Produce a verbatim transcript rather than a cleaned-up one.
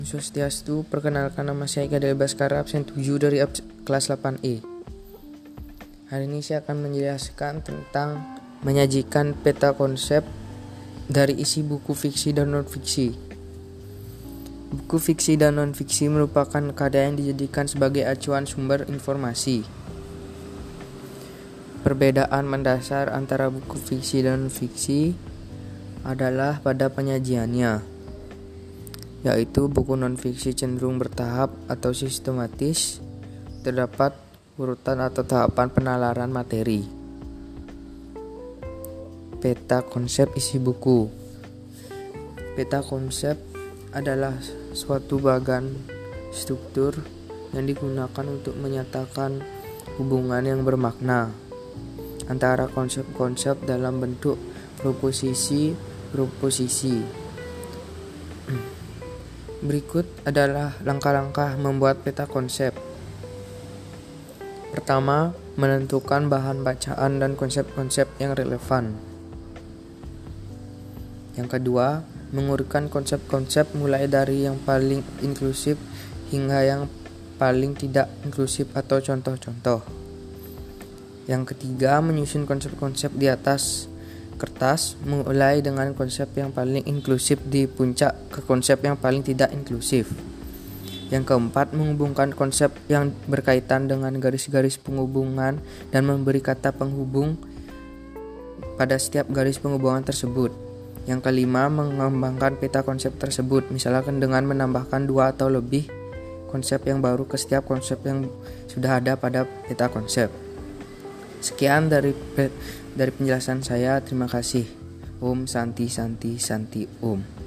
Swastiastu, perkenalkan nama saya Ika Del Baskara, absen tujuh dari abs- kelas delapan E. Hari ini saya akan menjelaskan tentang menyajikan peta konsep dari isi buku fiksi dan non-fiksi. Buku fiksi dan non-fiksi merupakan karya yang dijadikan sebagai acuan sumber informasi. Perbedaan mendasar antara buku fiksi dan non-fiksi adalah pada penyajiannya, yaitu buku non-fiksi cenderung bertahap atau sistematis, terdapat urutan atau tahapan penalaran materi. Peta konsep isi buku. Peta konsep adalah suatu bagan struktur yang digunakan untuk menyatakan hubungan yang bermakna antara konsep-konsep dalam bentuk proposisi-proposisi. Berikut adalah langkah-langkah membuat peta konsep. Pertama, menentukan bahan bacaan dan konsep-konsep yang relevan. Yang kedua, mengurutkan konsep-konsep mulai dari yang paling inklusif hingga yang paling tidak inklusif atau contoh-contoh. Yang ketiga, menyusun konsep-konsep di atas kertas, mulai dengan konsep yang paling inklusif di puncak ke konsep yang paling tidak inklusif. Yang keempat, menghubungkan konsep yang berkaitan dengan garis-garis penghubungan dan memberi kata penghubung pada setiap garis penghubungan tersebut. Yang kelima, mengembangkan peta konsep tersebut, misalkan dengan menambahkan dua atau lebih konsep yang baru ke setiap konsep yang sudah ada pada peta konsep. Sekian dari dari penjelasan saya. Terima kasih. Om Santi Santi Santi Om.